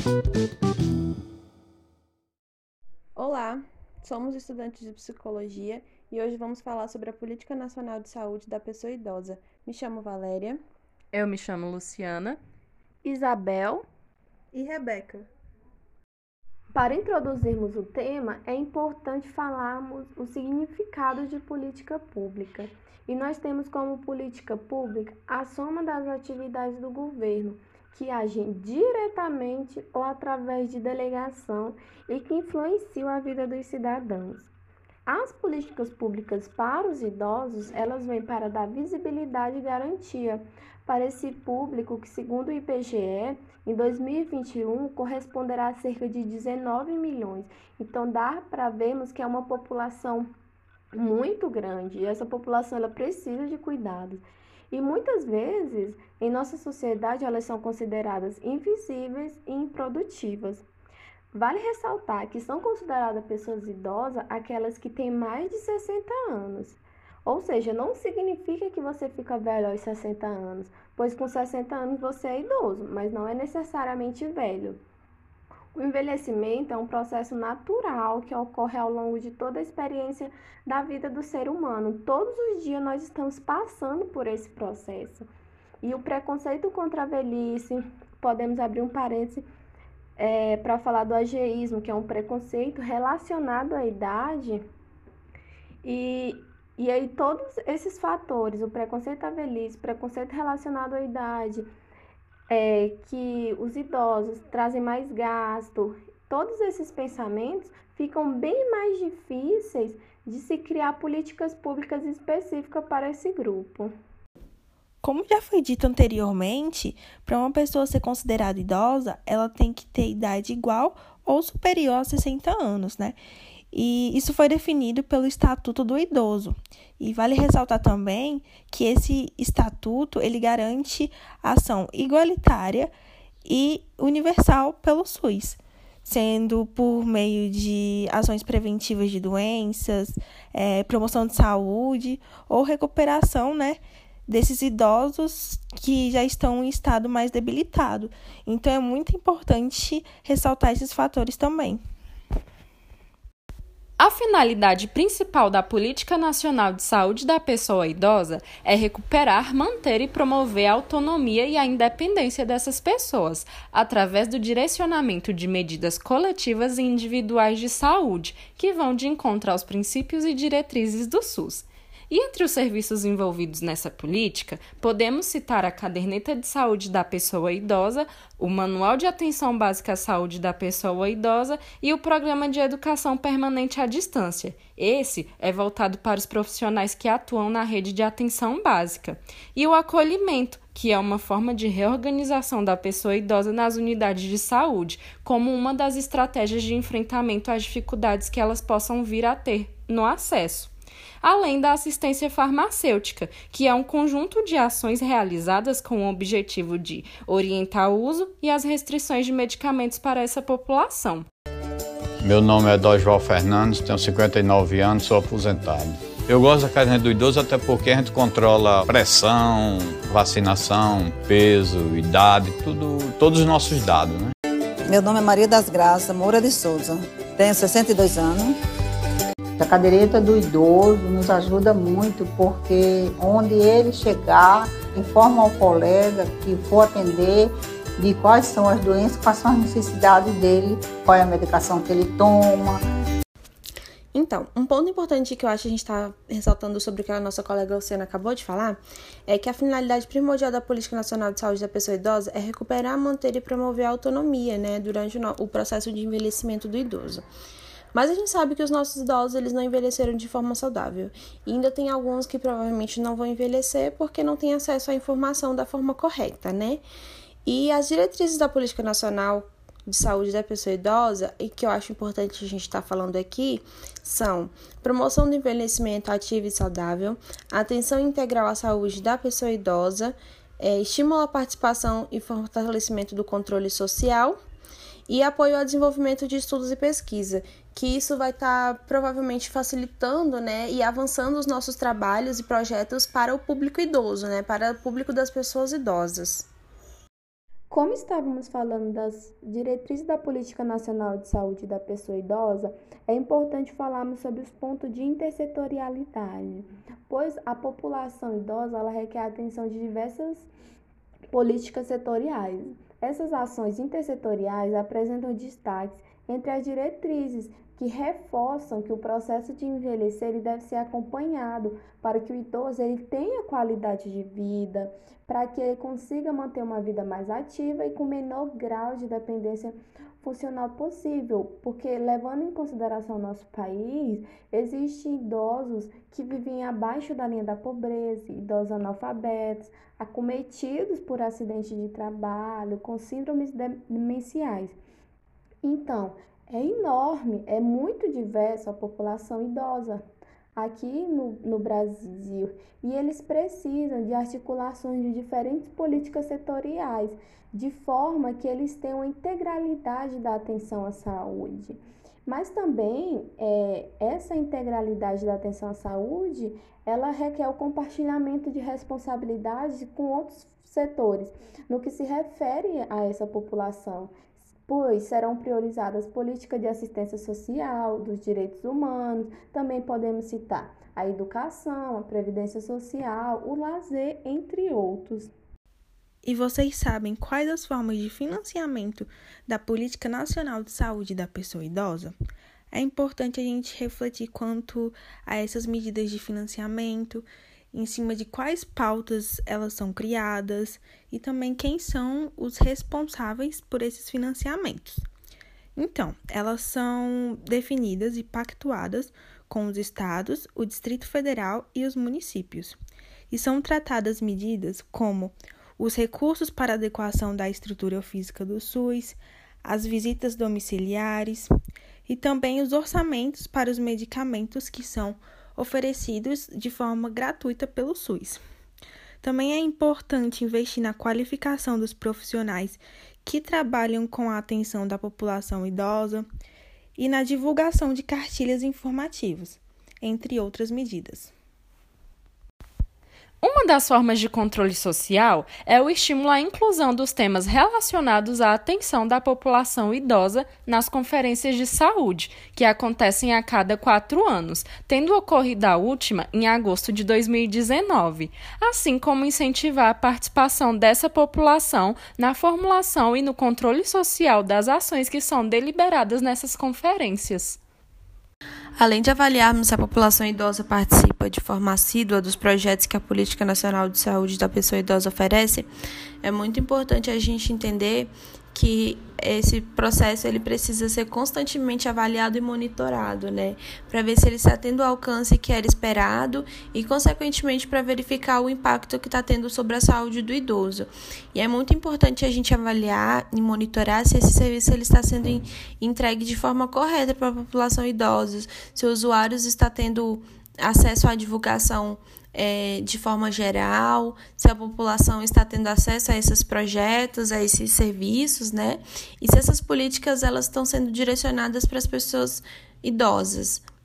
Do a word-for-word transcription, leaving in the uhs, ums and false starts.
Olá, somos estudantes de psicologia e hoje vamos falar sobre a Política Nacional de Saúde da Pessoa Idosa. Me chamo Valéria. Eu me chamo Luciana. Isabel e Rebeca. Para introduzirmos o tema, é importante falarmos o significado de política pública. E nós temos como política pública a soma das atividades do governo, que agem diretamente ou através de delegação e que influenciam a vida dos cidadãos. As políticas públicas para os idosos, elas vêm para dar visibilidade e garantia para esse público que, segundo o I B G E, em dois mil e vinte e um, corresponderá a cerca de dezenove milhões. Então, dá para vermos que é uma população muito grande e essa população ela precisa de cuidados. E muitas vezes, em nossa sociedade, elas são consideradas invisíveis e improdutivas. Vale ressaltar que são consideradas pessoas idosas aquelas que têm mais de sessenta anos. Ou seja, não significa que você fica velho aos sessenta anos, pois com sessenta anos você é idoso, mas não é necessariamente velho. O envelhecimento é um processo natural que ocorre ao longo de toda a experiência da vida do ser humano. Todos os dias nós estamos passando por esse processo. E o preconceito contra a velhice, podemos abrir um parêntese, É, para falar do ageísmo, que é um preconceito relacionado à idade, e, e aí todos esses fatores, o preconceito à velhice, preconceito relacionado à idade, é, que os idosos trazem mais gasto, todos esses pensamentos ficam bem mais difíceis de se criar políticas públicas específicas para esse grupo. Como já foi dito anteriormente, para uma pessoa ser considerada idosa, ela tem que ter idade igual ou superior a sessenta anos, né? E isso foi definido pelo Estatuto do Idoso. E vale ressaltar também que esse estatuto, ele garante ação igualitária e universal pelo SUS, sendo por meio de ações preventivas de doenças, é, promoção de saúde ou recuperação, né, desses idosos que já estão em estado mais debilitado. Então, é muito importante ressaltar esses fatores também. A finalidade principal da Política Nacional de Saúde da Pessoa Idosa é recuperar, manter e promover a autonomia e a independência dessas pessoas, através do direcionamento de medidas coletivas e individuais de saúde, que vão de encontro aos princípios e diretrizes do SUS. E entre os serviços envolvidos nessa política, podemos citar a Caderneta de Saúde da Pessoa Idosa, o Manual de Atenção Básica à Saúde da Pessoa Idosa e o Programa de Educação Permanente à Distância. Esse é voltado para os profissionais que atuam na rede de atenção básica. E o acolhimento, que é uma forma de reorganização da pessoa idosa nas unidades de saúde, como uma das estratégias de enfrentamento às dificuldades que elas possam vir a ter no acesso. Além da assistência farmacêutica, que é um conjunto de ações realizadas com o objetivo de orientar o uso e as restrições de medicamentos para essa população. Meu nome é Dorival Fernandes, tenho cinquenta e nove anos, sou aposentado. Eu gosto da caderneta do idoso até porque a gente controla pressão, vacinação, peso, idade, tudo, todos os nossos dados, né? Meu nome é Maria das Graças Moura de Souza, tenho sessenta e dois anos. A caderneta do idoso nos ajuda muito porque onde ele chegar, informa ao colega que for atender de quais são as doenças, quais são as necessidades dele, qual é a medicação que ele toma. Então, um ponto importante que eu acho que a gente está ressaltando sobre o que a nossa colega Luciana acabou de falar é que a finalidade primordial da Política Nacional de Saúde da Pessoa Idosa é recuperar, manter e promover a autonomia, né, durante o processo de envelhecimento do idoso. Mas a gente sabe que os nossos idosos eles não envelheceram de forma saudável. E ainda tem alguns que provavelmente não vão envelhecer porque não têm acesso à informação da forma correta, né? E as diretrizes da Política Nacional de Saúde da Pessoa Idosa, e que eu acho importante a gente estar falando aqui, são promoção do envelhecimento ativo e saudável, atenção integral à saúde da pessoa idosa, é, estímulo à participação e fortalecimento do controle social, e apoio ao desenvolvimento de estudos e pesquisa, que isso vai estar tá, provavelmente facilitando, né, e avançando os nossos trabalhos e projetos para o público idoso, né, para o público das pessoas idosas. Como estávamos falando das diretrizes da Política Nacional de Saúde da Pessoa Idosa, é importante falarmos sobre os pontos de intersetorialidade, pois a população idosa ela requer a atenção de diversas políticas setoriais. Essas ações intersetoriais apresentam destaques entre as diretrizes que reforçam que o processo de envelhecer ele deve ser acompanhado para que o idoso ele tenha qualidade de vida, para que ele consiga manter uma vida mais ativa e com menor grau de dependência funcional possível, porque levando em consideração o nosso país, existem idosos que vivem abaixo da linha da pobreza, idosos analfabetos, acometidos por acidentes de trabalho, com síndromes demenciais. Então, é enorme, é muito diversa a população idosa aqui no, no Brasil e eles precisam de articulações de diferentes políticas setoriais, de forma que eles tenham a integralidade da atenção à saúde. Mas também é, essa integralidade da atenção à saúde, ela requer o compartilhamento de responsabilidades com outros setores, no que se refere a essa população, pois serão priorizadas políticas de assistência social, dos direitos humanos, também podemos citar a educação, a previdência social, o lazer, entre outros. E vocês sabem quais as formas de financiamento da Política Nacional de Saúde da Pessoa Idosa? É importante a gente refletir quanto a essas medidas de financiamento, em cima de quais pautas elas são criadas e também quem são os responsáveis por esses financiamentos. Então, elas são definidas e pactuadas com os estados, o Distrito Federal e os municípios. E são tratadas medidas como os recursos para adequação da estrutura física do SUS, as visitas domiciliares e também os orçamentos para os medicamentos que são oferecidos de forma gratuita pelo SUS. Também é importante investir na qualificação dos profissionais que trabalham com a atenção da população idosa e na divulgação de cartilhas informativas, entre outras medidas. Uma das formas de controle social é o estímulo à inclusão dos temas relacionados à atenção da população idosa nas conferências de saúde, que acontecem a cada quatro anos, tendo ocorrido a última em agosto de dois mil e dezenove, assim como incentivar a participação dessa população na formulação e no controle social das ações que são deliberadas nessas conferências. Além de avaliarmos se a população idosa participa de forma assídua dos projetos que a Política Nacional de Saúde da Pessoa Idosa oferece, é muito importante a gente entender que esse processo ele precisa ser constantemente avaliado e monitorado, né? Para ver se ele está tendo o alcance que era esperado e, consequentemente, para verificar o impacto que está tendo sobre a saúde do idoso. E é muito importante a gente avaliar e monitorar se esse serviço ele está sendo entregue de forma correta para a população idosa, se o usuário está tendo acesso à divulgação É, de forma geral, se a população está tendo acesso a esses projetos, a esses serviços, né? E se essas políticas elas estão sendo direcionadas para as pessoas idosas.